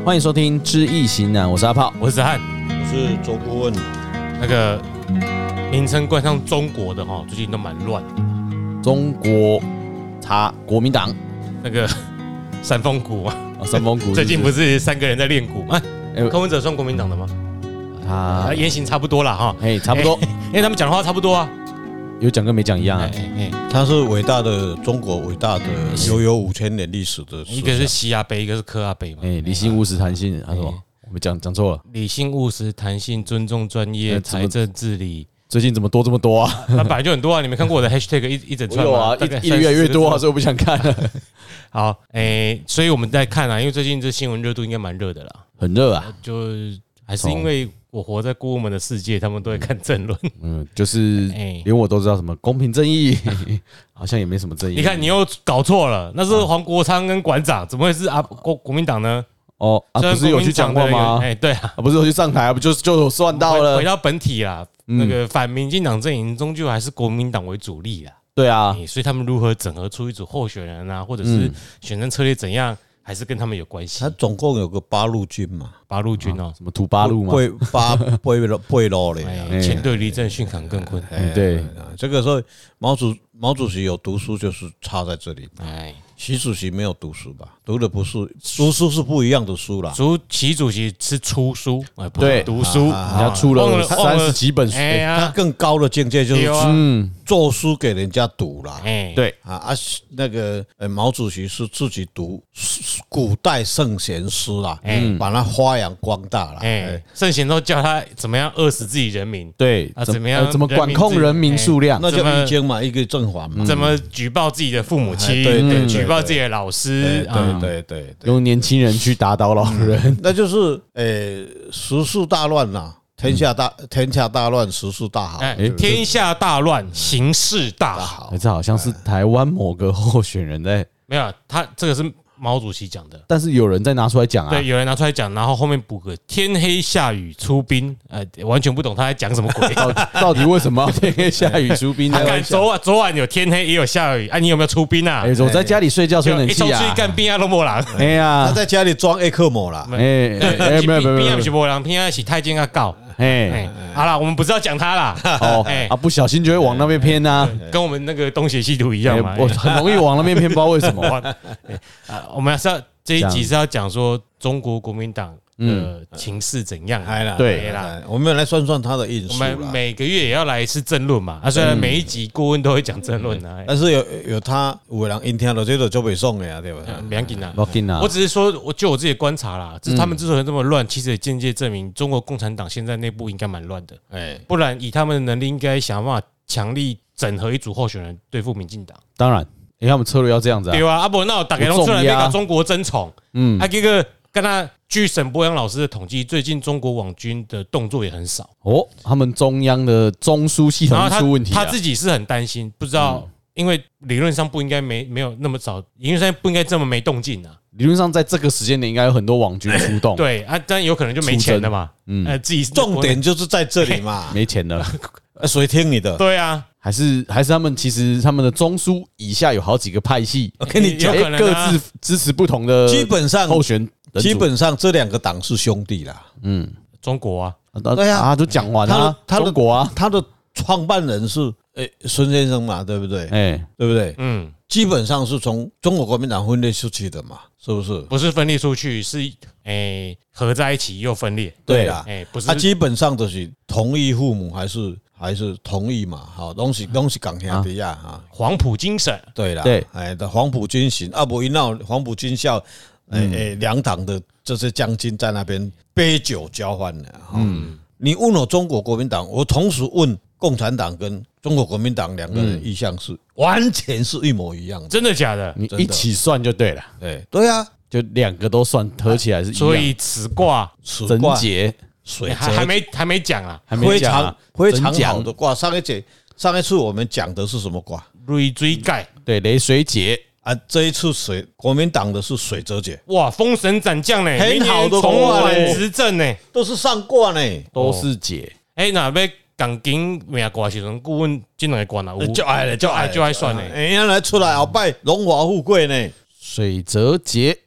欢迎收听《知易行难》，我是阿炮， 我是子翰， 我是周顾问。 那个名称冠上中国的最近都蛮乱。 中国国民党那个三峰谷啊， 三峰谷最近不是3个人在练鼓吗？柯文哲算国民党的吗？他言行差不多啦哈， 差不多， 因为他们讲的话差不多啊， 有讲跟没讲一样啊。 他是伟大的中国伟大的有5000年历史的， 一个是西阿杯，一个是柯阿杯嘛。 理性务实弹性，他说我们讲错了， 理性务实弹性，尊重专业，财政治理。 最近怎么多这么多啊？ 那本来就很多啊，你没看过我的 hashtag 一整串吗？ 有啊，越来越多啊，所以我不想看了。 好，所以我们在看啊，因为最近这新闻热度应该蛮热的啦， 很热啊， 就还是因为我活在顾问们的世界，他们都会看政论。 就是连我都知道什么公平正义，好像也没什么正义。 你看，你又搞错了，那是黄国昌跟馆长，怎么会是国民党呢？ 不是有去讲话吗？ 对啊， 不是有去上台，不就有算到了？ 回到本体啦，那个反民进党阵营终究还是国民党为主力啦。 对啊， 所以他们如何整合出一组候选人啊，或者是选战策略怎样，还是跟他们有关系。 他总共有个8路军嘛 ，8路军哦， 什么土八路吗 ？8路嘞， 前队离阵，训坎更困。 对， 这个时候毛主席有读书，就是差在这里。习主席没有读书吧？读的不是读书是不一样的书啦。 习主席是出书，不是读书， 人家出了30几本书。 他更高的境界就是做书给人家读啦。 对那个毛主席是自己读古代圣贤诗啦，把它发扬光大啦。 圣贤都教他怎么样饿死自己人民， 对啊，怎么管控人民数量， 那叫易经嘛，一个正法嘛。 怎么举报自己的父母亲，举报自己的老师， 对， 用年轻人去打倒老人， 那就是时势大乱呐，天下大乱，时势大好。 天下大乱，形势大好。 这好像是台湾某个候选人在， 没有，他这个是毛主席讲的， 但是有人在拿出来讲啊。 对，有人拿出来讲，然后后面补个天黑下雨出兵，完全不懂他在讲什么鬼。 到底为什么要天黑下雨出兵呢？ 昨晚有天黑也有下雨，你有没有出兵啊？ 我在家里睡觉吹冷气啊， 一出去干兵啊都没人。 他在家里装 A 克膜啦。 没有， 兵啊不是没人，兵啊是太监啊告。好啦，我们不是要讲他啦。 不小心就会往那边偏啊， 跟我们那个东邪西毒一样嘛。 我很容易往那边偏，不知道为什么。 我们这一集是要讲说中国国民党的情势怎样？ 对啦，我们来算算他的因素。 我们每个月也要来一次政论嘛。虽然每一集顾问都会讲政论啊， 但是有他有人因听了这个就袂爽的呀，对吧？ 不要紧啊，我只是说，就我自己的观察啦，他们之所以这么乱，其实也间接证明中国共产党现在内部应该蛮乱的。不然以他们的能力，应该想办法强力整合一组候选人对付民进党。 当然。他们策略要这样子啊？ 对啊，不，那大家都出来那个中国争宠，这个跟他据沈波阳老师的统计，最近中国网军的动作也很少他们中央的中枢系统出问题， 他自己是很担心，不知道，因为理论上不应该没有那么早，理论上不应该这么没动静啊。 理论上在这个时间点应该有很多网军出动， 对啊，但有可能就没钱了嘛，自己重点就是在这里嘛， 没钱了， 谁听你的？ 对啊。 还是他们其实他们的中枢以下有好几个派系， 跟你讲， 各自支持不同的候选人， 基本上这2个党是兄弟啦。 中国啊， 对啊， 都讲完了。中国啊， 他的创办人是孙先生嘛，对不对？对不对？基本上是从中国国民党分裂出去的嘛，是不是？ 不是分裂出去，是合在一起又分裂。 对啦， 不是， 基本上都是同意父母还是同意嘛，好，东西港兄弟啊，哈， 黄埔精神， 对啦，的黄埔军行啊，不一闹黄埔军校，2党的这些将军在那边杯酒交换的，你问我中国国民党，我同时问共产党跟中国国民党2个人意向是完全是一模一样的， 真的假的？ 你一起算就对了， 对啊， 就2个都算合起来是一样， 所以此卦贞节。 还没讲啊， 非常好的卦。上一次我们讲的是什么卦？ 雷水盖， 对，雷水解啊。这一次国民党的是水泽解， 哇，封神斩将呢， 很好的重返执政呢， 都是上卦呢， 都是解。 那要讲紧命卦时阵，顾问这2个卦哪有？ 就爱算呢。 原来出来后摆荣华富贵呢， 水泽解。好，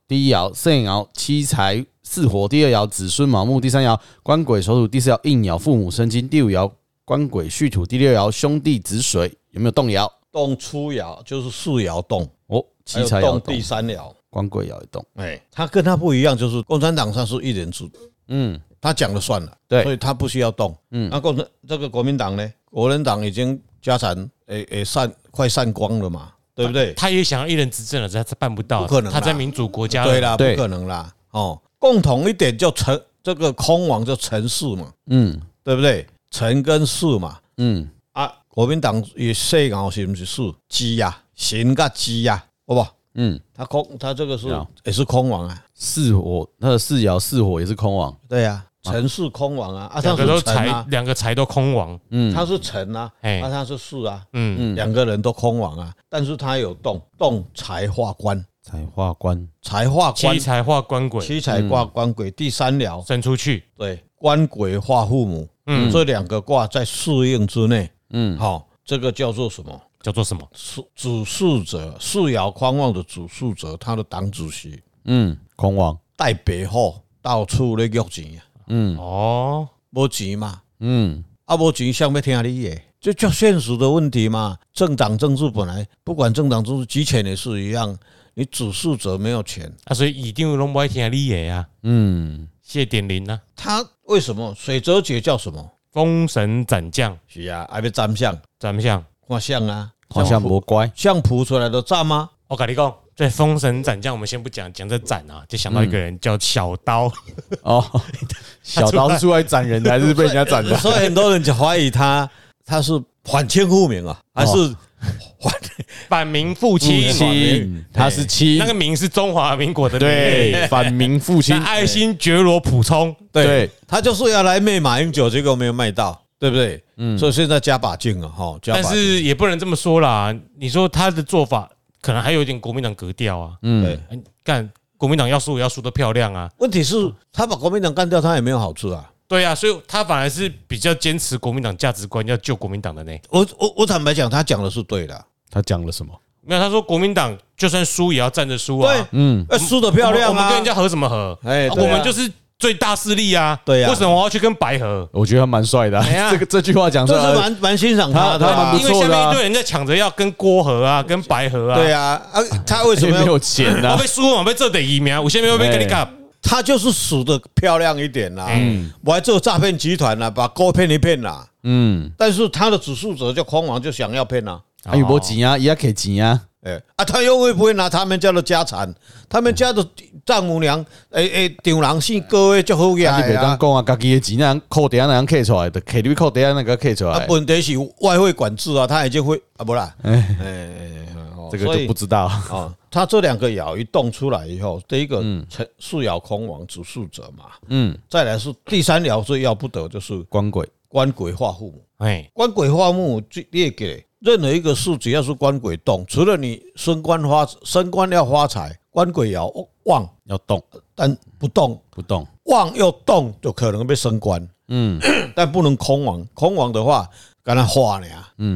第一爻肾爻七财巳火，第二爻子孙卯木，第三爻官鬼丑土，第四爻应爻父母生金，第五爻官鬼戌土，第六爻兄弟子水。有没有动爻？ 动初爻就是巳爻动哦，七财爻动第三爻， 官鬼爻也动。 他跟他不一样，就是共产党上是一人制，他讲了算了， 对， 所以他不需要动。那这个国民党呢？国民党已经家产快散光了嘛，对不对？ 他也想要一人执政了，他办不到， 不可能。 他在民主国家， 对啦，不可能啦。共同一点就这个空亡就辰巳嘛，对不对？辰跟巳嘛，国民党也细爻是不是巳鸡呀？辰跟鸡呀，好不好？他这个是也是空亡啊。 巳火，他的巳爻巳火也是空亡。 对呀，辰巳空亡啊， 两个都财，两个财都空亡。 他是辰啊，他是巳啊，两个人都空亡啊，但是他有动财化官， 财化官， 七财化官鬼， 七财化官鬼，第三爻生出去， 对，官鬼化父母，这两个卦在适应之内，好，这个叫做什么？ 叫做什么？ 主事者，巳爻匡旺的主事者，他的党主席， 空亡， 带白虎到处咧约钱啊，没钱嘛，没钱想要听你的，这叫现实的问题嘛。政党政治本来不管政党政治，集权也是一样，你主事者没有钱所以一定都不爱听你的啊。谢点林啊， 他为什么水泽节叫什么？ 封神斩将是啊，还要占相， 看相啊， 看相不乖， 相谱出来的占吗？ 我跟你讲，对封神斩将，我们先不讲这斩啊，就想到一个人叫小刀。 小刀是出来斩人的，还是被人家斩的？ 所以很多人就怀疑他是反清复明啊，还是反明复清？ 他是清， 那个明是中华民国的明， 对，反明复清， 爱新觉罗补充， 对，他就是要来卖马英九，结果没有卖到。对不对？所以现在加把劲啊， 但是也不能这么说啦。你说他的做法可能还有一点国民党格调啊。干国民党要输也要输得漂亮啊。 问题是，他把国民党干掉，他也没有好处啊。 对啊，所以他反而是比较坚持国民党价值观，要救国民党的呢。 我坦白讲，他讲的是对的。 他讲了什么？ 没有，他说国民党就算输也要站着输啊。 对，输得漂亮啊。 我们跟人家合什么合？我们就是最大势力啊！ 对啊， 为什么我要去跟白合？ 我觉得他蛮帅的，这句话讲出来， 就是蛮欣赏他的， 蛮不错的。 因为下面一堆人在抢着要跟郭合啊，跟白合啊。 对啊，他为什么没有钱呢？ 我被输嘛，被这得移民，我下面会被跟你干。 他就是数得漂亮一点啦，我还做诈骗集团啦，把锅骗一骗啦，但是他的指数者就空王就想要骗啦， 他有没钱啊？也要给钱啊。 他又会不会拿他们家的家产？他们家的丈母娘，丈人姓各位就好呀。 你别当讲啊，家己的钱那样扣点那样扣出来的，扣你扣点那个扣出来。 问题是外汇管制啊，他已经会不啦？ 这个就不知道啊。他这两个爻一动出来以后，第一个巳爻空亡主事者嘛，再来是第三爻最要不得就是官鬼化父母，官鬼化父母列给。任何一个事，只要是官鬼动，除了你升官要发财，官鬼爻旺要动， 但不动，旺又动就可能被升官，但不能空亡。空亡的话，跟他化呢，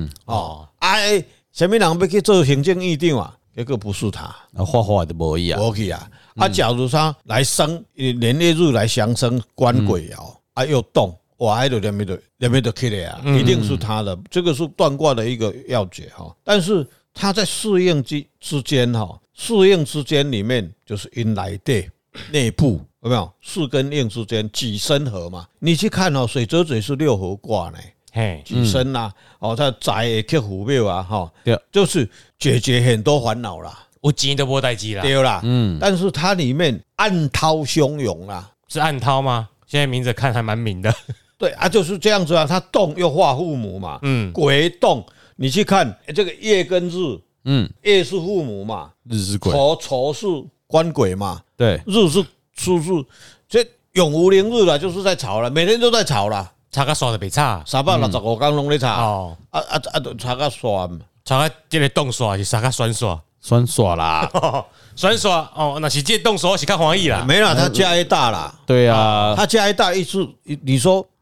什么人要去做行政院长啊？结果不是他， 画的无意啊， 无去啊。假如他来生年月日来相生官鬼爻又动。我还有两边的 K 的啊，一定是他的，这个是断卦的一个要诀哈。但是他在适应之间哈，适应之间里面就是因来的内部有没有巳跟应之间己申合嘛？你去看哦，水泽水是六合卦呢，己申呐，他宅也克虎庙啊哈，就是解决很多烦恼啦， 有钱都无代志啦， 对啦，但是它里面暗涛汹涌啦， 是暗涛吗？现在明着看还蛮明的。 对啊，就是这样子啊，他动又化父母嘛，鬼动，你去看这个夜跟日，夜是父母嘛， 日是鬼， 丑是官鬼嘛， 对， 日是出是，这永无宁日了，就是在吵了，每天都在吵了， 吵个耍的别吵 ，365天拢在吵，吵个耍， 吵个这个动耍是啥个酸耍？ 酸耍啦， 酸耍哦，那是这动手是看黄奕啦， 没啦，他家业大啦， 对啊， 他家业大意思，你说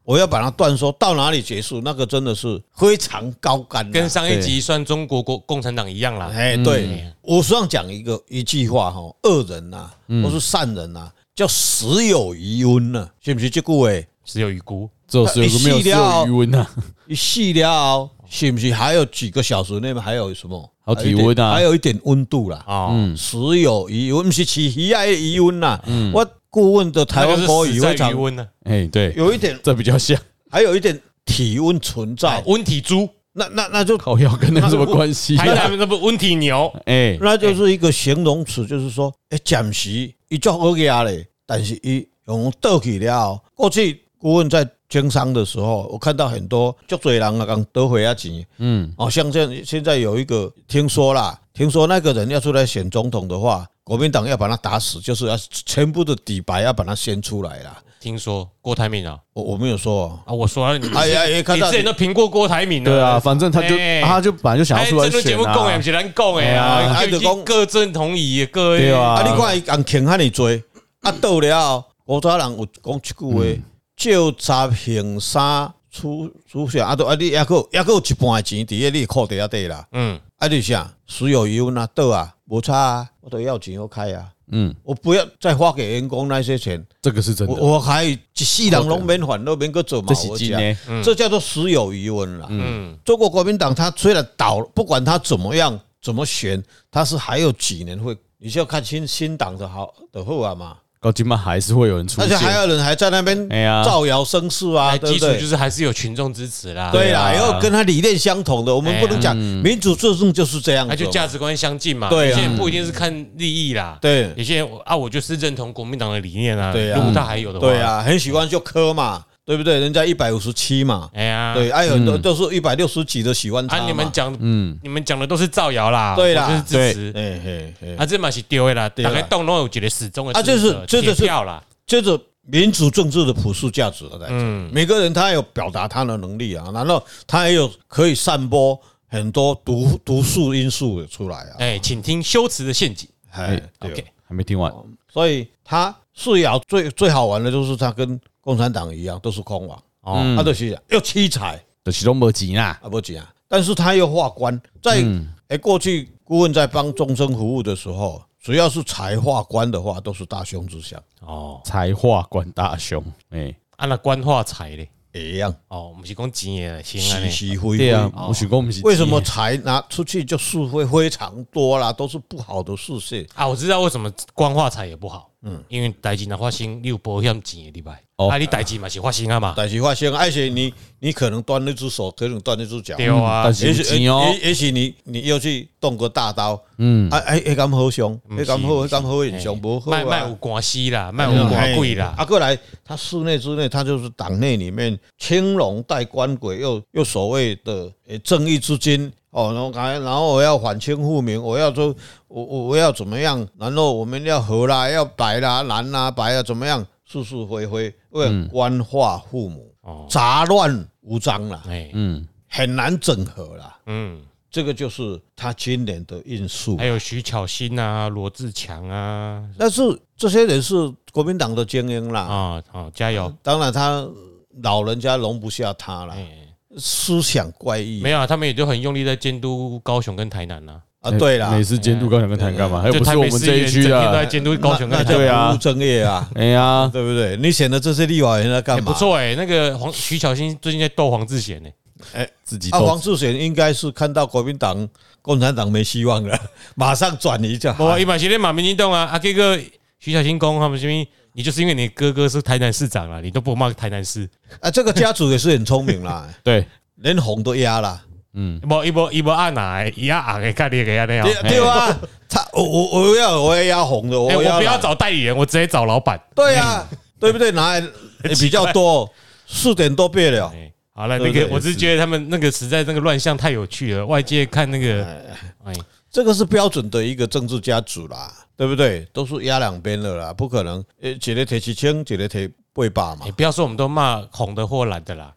我要把它断说到哪里结束，那个真的是非常高干， 跟上一集算中国共产党一样啦。 哎，对，我实际上讲一句话哈，恶人呐，或是善人呐，叫死有余温呐，是不是这句话？ 死有余辜， 只有没有死有余温呐。 一死了，是不是还有几个小时内还有什么？ 还有体温啊， 还有一点温度啦。死有余温，不是起鱼的余温呐。我顾问的台湾国语非常余温呢。 哎，对， 有一点， 这比较像， 还有一点体温存在， 温体猪。 那就靠腰跟那有什么关系？ 台南那不温体牛？ 哎，那就是一个形容词，就是说，暂时一做好压嘞，但是一用倒去了。过去顾问在经商的时候，我看到很多足多人啊，讲得回啊钱。像这样，现在有一个听说那个人要出来选总统的话，国民党要把他打死，就是要全部的底牌要把他掀出来啦。 听说郭台铭啊， 我没有说啊，我说了，你看到你之前都评过郭台铭了， 对啊，反正他就本来就想要出来选啊。 节目讲也不是咱讲的啊，就讲各阵同意各对啊。 你看伊人欠遐尼多，到了古早人有讲一句话，照杂行三出现你也有一半的钱伫你裤底下底啦。你啥死有余温啊，倒啊，无差啊，我都要钱好开啊。我不要再花给员工那些钱， 这个是真的。 我还一世人拢免烦恼，免个做毛我讲，这叫做死有余温啦。中国国民党他虽然倒，不管他怎么样怎么选，他是还有几年会，你就要看新党的好啊嘛。 到今晚还是会有人出现， 而且还有人还在那边造谣生事啊，对不对？ 基础就是还是有群众支持啦。 对啦，然后跟他理念相同的，我们不能讲民主制度就是这样子， 他就价值观相近嘛。 对， 有些人不一定是看利益啦。 对， 有些人我就是认同国民党的理念啊。 对啊， 如果他还有的话， 对啊，很喜欢就磕嘛。对不对？人家157嘛， 哎呀， 对，还有很多都是160几的喜欢他嘛。 你们讲的都是造谣啦， 对啦， 就是支持。这嘛是对的啦，大概动都有觉得始终的， 这是票啦。 这是民主政治的朴素价值来讲，每个人他有表达他的能力啊，然后他也有可以散播很多毒素因素出来啊。 请听修辞的陷阱。 OK， 还没听完。 所以他世瑶最好玩的就是他跟共产党一样，都是空王他就是又欺财， 就是都没钱啊， 没钱啊。但是他又化官，在过去顾问在帮众生服务的时候。只要是财化官的话，都是大凶之相。 财化官大凶， 那官化财嘞， 一样。 不是讲钱的， 是非。 对啊，不是讲不是。 为什么财拿出去就是会非常多啦，都是不好的事情啊？我知道为什么官化财也不好。因为代志若发生，你有保险钱的礼拜。你代志嘛是发生啊嘛。 代志发生，而且你可能断了只手，可能断了只脚。 对啊， 也许你又去动个大刀。会咁好凶，会咁好印象不好啊。 卖有关系啦，卖有关贵啦。 过来，他室内之内，他就是党内里面青龙带官鬼，又所谓的正义之君。然后我要反清复明，我要说，我要怎么样？然后我们要和啦，要白啦，蓝啦，白啊，怎么样？是非，为官化父母，杂乱无章啦，很难整合啦，这个就是他今年的因素。 还有徐巧芯啊，罗志强啊， 但是这些人是国民党的精英啦， 加油！ 当然他老人家容不下他啦。思想怪异， 没有啊，他们也就很用力在监督高雄跟台南啊，对啦， 每次监督高雄跟台南干嘛？又不是我们这一区啊，在监督高雄跟台南， 对啊，不务正业啊， 哎呀， 对不对？你选的这些立法委员在干嘛？ 不错那个徐巧芯最近在斗黄志贤呢， 自己黄志贤应该是看到国民党、共产党没希望了，马上转移就好。 一般现在马民进党啊，这个徐巧芯讲他们什么？你就是因为你哥哥是台南市长啦，你都不骂台南市这个家族也是很聪明啦， 对。 连红都压啦， 一波按哪压给看你给压那样， 对啊，我要压红的，我不要找代理人，我直接找老板， 对啊，对不对？拿来比较多，4点多倍了。 好了，那个我只是觉得他们那个实在那个乱象太有趣了，外界看那个， 这个是标准的一个政治家族啦，对不对？都是压两边了啦，不可能，一个提7千，一个提800嘛。 不要说我们都骂红的或蓝的啦，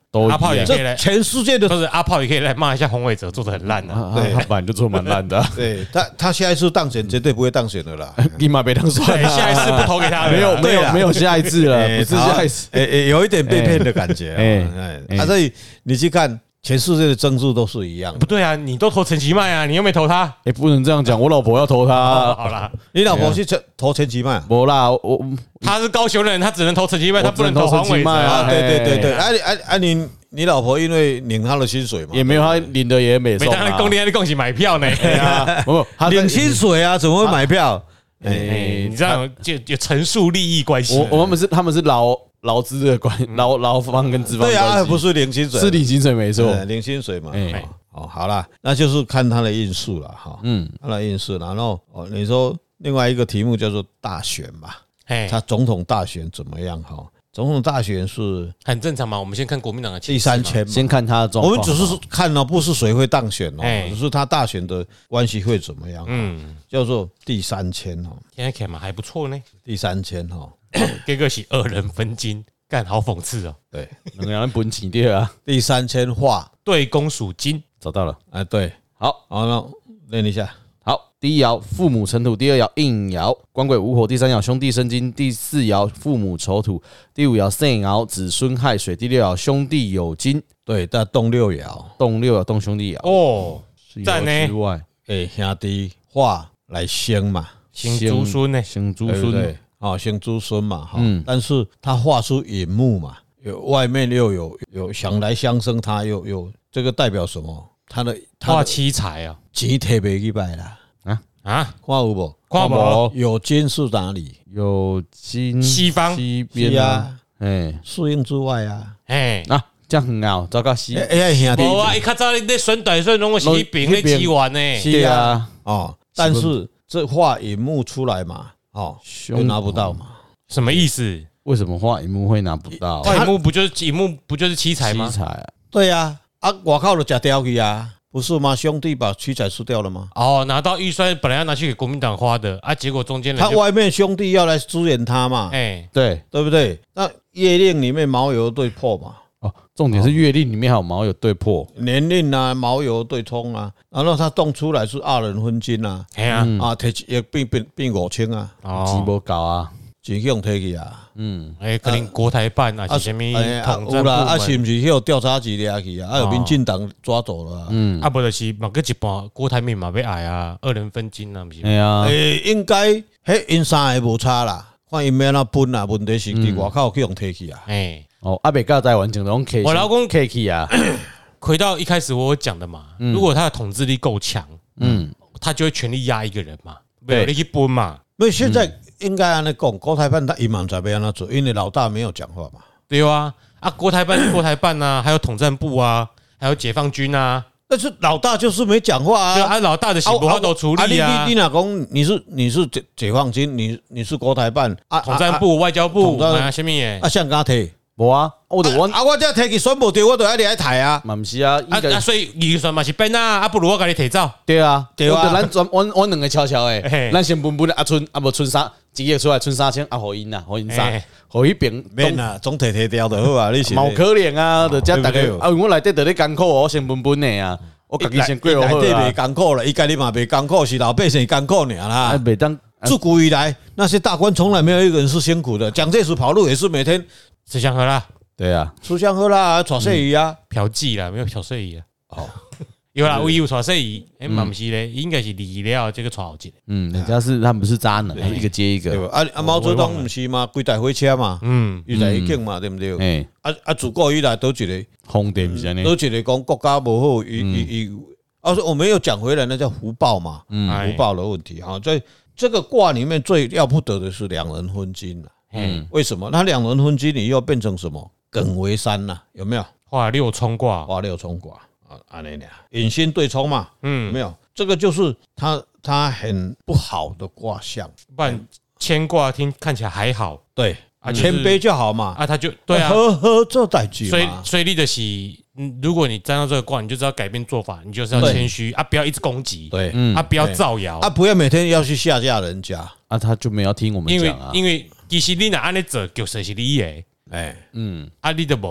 都阿炮也可以来， 全世界的都是阿炮也可以来骂一下洪伟哲做的很烂的。 对，他本来就做蛮烂的， 对他下一次当选绝对不会当选的啦。 立马被当选， 对，下一次不投给他了， 没有下一次了，不是下一次， 有一点被骗的感觉。所以你去看全世界的政治都是一样。 不对啊，你都投陈其迈啊，你又没投他。 不能这样讲，我老婆要投他。 好啦， 你老婆去投陈其迈？ 没啦， 他是高雄人，他只能投陈其迈，他不能投黄伟哲啊。 对，你老婆因为领他的薪水嘛， 也没有他领的也没送。 当然公司恭喜买票呢。 领薪水啊，怎么会买票？ 你这样就有陈述利益关系。 他们是劳资的关，劳方跟资方。 对啊，不是领薪水， 是领薪水没错， 领薪水嘛。好啦，那就是看他的因素了哈。他的因素，然后你说另外一个题目叫做大选嘛，他总统大选怎么样哈？总统大选是很正常嘛。我们先看国民党的第三签， 先看他的状况。 我们只是看哦，不是谁会当选哦，只是他大选的关系会怎么样。叫做第三签哦， 现在看嘛还不错呢。 第三签哈， 这个是2人分金，干好讽刺哦。 对， 两个人分钱对啊。 第三签画对公属金， 找到了。 对，好，那念一下。 好，第一爻父母辰土，第二爻应爻官鬼午火，第三爻兄弟生金，第四爻父母丑土，第五爻肾爻子孙亥水，第六爻兄弟酉金。 对，但动六爻， 动兄弟爻哦，赞呢。 之外， 兄弟化来生嘛， 生祖孙呢， 生祖孙， 生祖孙嘛，但是他画出寅木嘛，外面又有想来相生，他又有这个代表什么？他的画七财啊， 钱摕不起来啦。看有无？ 看无。 有金是哪里？ 有金西方西边啊， 适应之外啊， 这样很好，糟糕西。 兄弟， 无啊，伊较早你咧选大选拢是迄边咧支援呢。 是啊， 但是这画寅木出来嘛，就拿不到嘛。 什么意思？ 为什么画寅木会拿不到？ 画寅木不就是七财吗？ 七财啊， 对啊，外口就吃掉去啊。不是吗？兄弟把七彩吃掉了吗？ 拿到预算本来要拿去给国民党花的结果中间人他外面兄弟要来支援他嘛？ 对不对？那月令里面卯酉对破嘛？ 重点是月令里面还有卯酉对破， 年令啊，卯酉对冲啊，然后他动出来是2人分金啊，也变5000啊， 钱无够啊。 钱用摕去啊， 可能国台办是什么统战部门， 是不是迄个调查局掠去啊？有民进党抓走了啊， 不就是某个一半国台面嘛要爱啊，2人分金啊，不是？ 应该迄因三个无差啦，看因要哪分啊？问题是伫外口去用摕去啊， 北到台湾整拢 K， 我老公 K 去啊， 回到一开始我讲的嘛，如果他的统治力够强，他就会全力压一个人嘛，没有你去分嘛， 因为现在。应该按那讲，国台办他伊嘛不知道要安怎做，因为老大没有讲话嘛。 对啊，国台办啊，还有统战部啊，还有解放军啊。 但是老大就是没讲话啊。 对老大的行不都处理啊？ 你哪讲你是解放军，你是国台办统战部、外交部什么耶？ 向他提。 无啊，我这摕去选不对，我就要你来抬啊。 嘛不是啊， 所以预算嘛是变啊，不如我给你提走。 对啊，我两个悄悄诶，咱先分剩无剩啥，一个月出来剩3000互因啦，互因啥，互迄边免啦，总提掉就好啊。你是冇可能啊，就这大家我内底就咧艰苦，我先分的啊，我家己先过好啊。 内底袂艰苦了，伊家己嘛袂艰苦，是老百姓艰苦尔啦。 袂当自古以来，那些大官从来没有一个人是辛苦的。蒋介石跑路也是每天。 吃香喝辣， 对啊， 吃香喝辣，耍睡鱼啊， 嫖妓啦，没有嫖睡鱼啊。有啦，有耍睡鱼，嘛不是咧，应该是离了这个耍好劲。 人家是他们是渣男，一个接一个。 对吧？毛泽东不是嘛，几台火车嘛，一台一景嘛，对不对？自古以来都一个红点是呢， 都一个讲国家不好，我们又讲回来，那叫福报嘛，福报的问题哈。在这个卦里面最要不得的是2人分金了。为什么？他2人分金以后变成什么？艮为山呐，有没有？ 画6冲卦， 画6冲卦啊，安尼俩引心对冲嘛，有没有？这个就是他很不好的卦象。 不然牵卦看起来还好， 对谦卑就好嘛。 他就对啊， 呵做代志嘛。 所以你的是，如果你沾到这个卦，你就知道改变做法，你就是要谦虚不要一直攻击， 对， 不要造谣， 不要每天要去下架人家， 他就没有听我们讲啊， 因为其实你若安尼做，就是你的，你都无，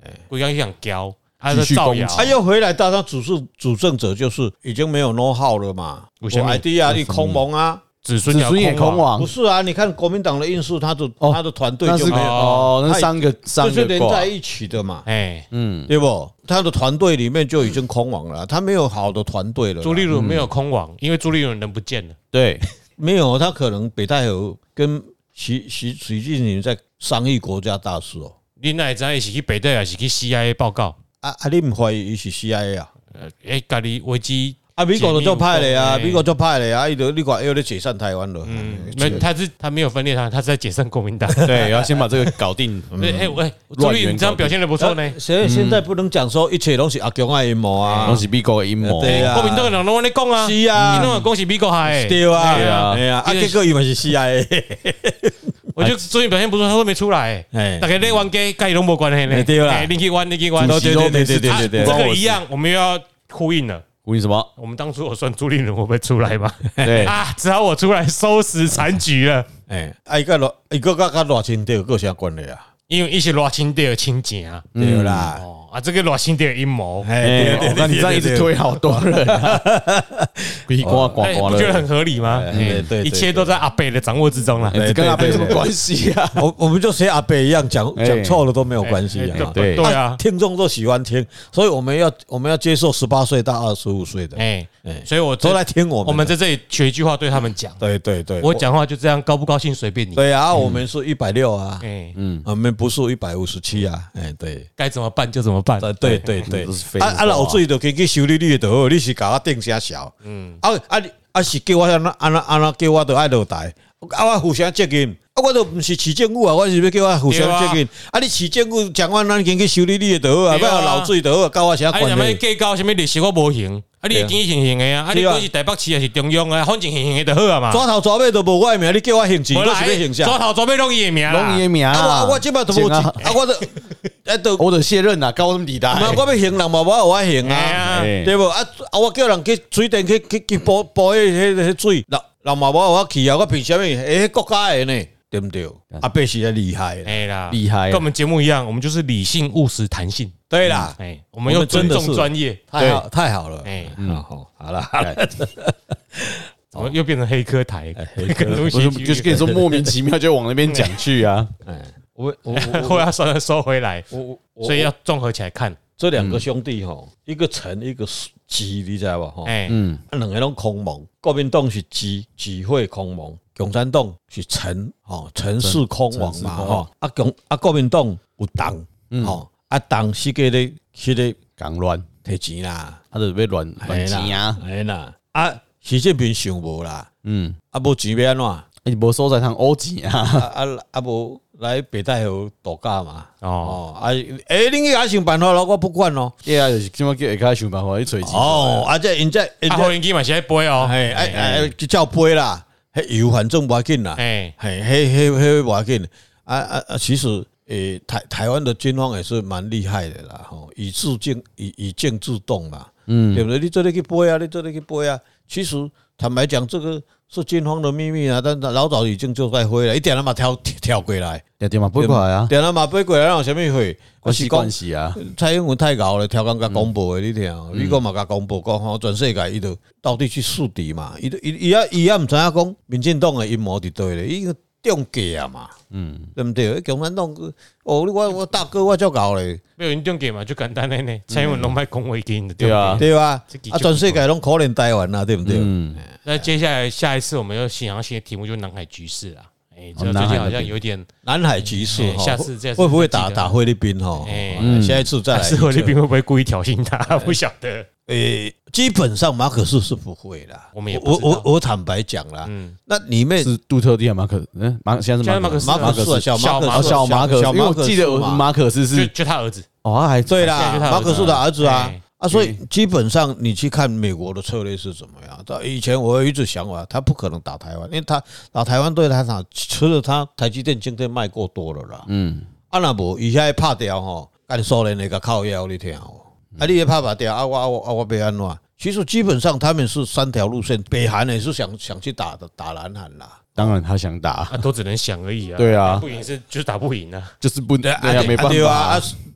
规个想交， 继续攻击他又回来，当他主政者就是已经没有 know how 了嘛， 为什么 idea 你空蒙啊？ 子孙也空亡， 不是啊？你看国民党的因素，他的团队就没有那三个就是连在一起的嘛，对不？他的团队里面就已经空亡了，他没有好的团队了。 朱立伦没有空亡，因为朱立伦人不见了。 对， 没有，他可能北戴河跟习近平在商议国家大事哦。 你哪会知是去北戴还是去 CIA 报告？ 你唔怀疑伊是 CIA 啊？ 家己危机。 美国就派了呀，美国就派了呀，你看又在解散台湾了。 他没有分裂他是在解散国民党。 对，要先把这个搞定。 朱立伦这样表现的不错呢。 所以现在不能讲说一切都是阿强的阴谋啊， 都是美国的阴谋。 对啊， 国民党的人拢安尼讲啊， 是啊， 你拢讲是美国害。 对啊，结果伊嘛是 CIA。 我觉得朱立伦表现不错，他都没出来。大概那玩家跟伊拢无关系呢。 对啦， 你去玩，对，这个一样，我们又要呼应了。 呼应什么？ 我们当初我算朱立伦会不会出来嘛？ 对只好我出来收拾残局了。 伊个偌清调有啥关系啊？ 因为一些偌清调亲情啊， 对啦。 这个偌清调阴谋， 我看你这样一直推好多人，不觉得很合理吗？ 对， 一切都在阿北的掌握之中了。 跟阿北有什么关系啊？ 我们就学阿北一样讲错了都没有关系啊。 对啊， 听众都喜欢听，所以我们要接受18岁到25岁的。 所以我都来听我们在这里学一句话对他们讲。 对， 我讲话就这样，高不高兴随便你。 对啊，我们是160啊，我们不是157啊。对， 该怎么办就怎么办。 对，老水就去修理你的就好，你是甲我定啥小？是叫我安叫我就爱落台，我负啥责任？我都不是市政府啊，我是要叫我负啥责任？你市政府讲我咱先去修理你的就好啊，不要老水就好，搞我啥关系？ 你计较什么历史我无行，你会见行的啊？你讲是台北市还是中央啊？反正行的就好啊嘛。抓头抓尾都无我的名，你叫我行钱，我是要行啥？ 抓头抓尾拢伊的名， 我即摆都无钱， 我就卸任啦，搞什么地带？ 我要行人嘛，我行啊，对不？我叫人去水电去补迄水，人嘛我去啊，我凭什么？国家的呢？对不对？阿伯是厉害， 厉害， 跟我们节目一样，我们就是理性、务实、弹性。 对啦， 我们又尊重专业， 太好了。好了， 我们又变成黑科台， 就是跟你说莫名其妙就往那边讲去啊。 我要收回来，所以要综合起来看。 这两个兄弟一个陈一个吉，你知道吧？两个拢空蒙，国民党是吉会空蒙，共产党是陈氏空蒙嘛。国民党有党党是个咧港乱摕钱啦， 他就要乱钱啊。习近平想无啦，无钱要安怎？ 无所在通乌钱啊， 无。来北戴河度假嘛？恁也想办法咯，我不管咯。 就是怎么叫下开想办法去找钱。 这因这后援机嘛是爱飞哦， 就叫飞啦。迄油反正不要紧啦，迄不要紧。其实台湾的军方也是蛮厉害的啦，以静制动嘛，对不对？你这里去飞啊，你这里去飞啊。其实坦白讲，这个是军方的秘密啊，但老早已经就在飞了，一点他妈跳过来， 点嘛飞过来啊， 点他妈飞过来，有什么会？ 关系啊！ 蔡英文太搞了，跳刚甲公布的，你听，美国嘛甲公布讲，全世界伊都到底去树敌嘛，伊也唔知影讲民进党的阴谋伫对咧，伊个中计啊嘛，对不对？共产党我大哥我就搞咧， 没有人中计嘛，就简单的呢。蔡英文拢卖讲话经的， 对吧？全世界拢可怜台湾啊，对不对？ 那接下来下一次我们要想要新的题目就是南海局势啦。最近好像有点南海局势， 下次会不会打菲律宾？下一次再来， 菲律宾会不会故意挑衅他？不晓得。 基本上马可仕是不会啦。我坦白讲啦，那里面是杜特地还马可？现在是马可仕，小马可，因为我记得马可仕是就他儿子哦，还对啦，马可仕的儿子啊。所以基本上你去看美国的策略是怎么样？以前我有一直想法，他不可能打台湾，因为他打台湾对他讲，除了他台积电今天卖过多了啦。那无伊遐拍掉干苏联那个靠腰你听你也拍掉我别安怎？其实基本上他们是3条路线，北韩也是想去打南韩啦。 当然他想打， 都只能想而已啊。 对啊， 不赢就是打不赢啊， 就是不对啊，没办法。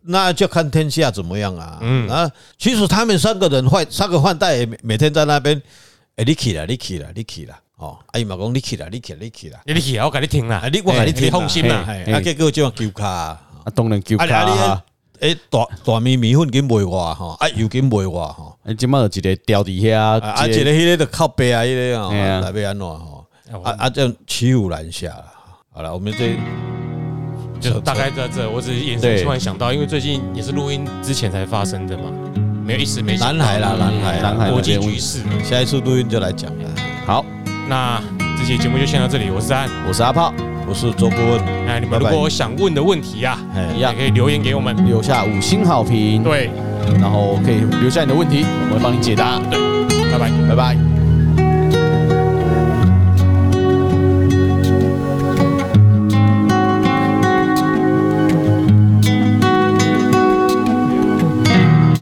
那就看天下怎么样啊。其实他们三个换代每天在那边，你去了。哦，伊嘛讲你去啦， 我给你听啦， 我给你听， 放心啦。 结果就要揪卡， 当然揪卡。 大米粉紧卖我吼，油紧卖我吼。 即摆有一个吊伫遐， 一个迄个就靠背啊，迄个哦，来要安怎吼？这样骑虎难下了。好了，我们这就大概在这，我只是眼神突然想到，因为最近也是录音之前才发生的嘛，没有一时没想到。 南海国际局势， 下一次录音就来讲了。 好， 那这期节目就先到这里，我是安， 我是阿炮。 我是周顾问， 那你们如果有想问的问题啊，也可以留言给我们， 留下5星好评， 对， 然后可以留下你的问题，我会帮你解答。 对，拜拜， 拜拜。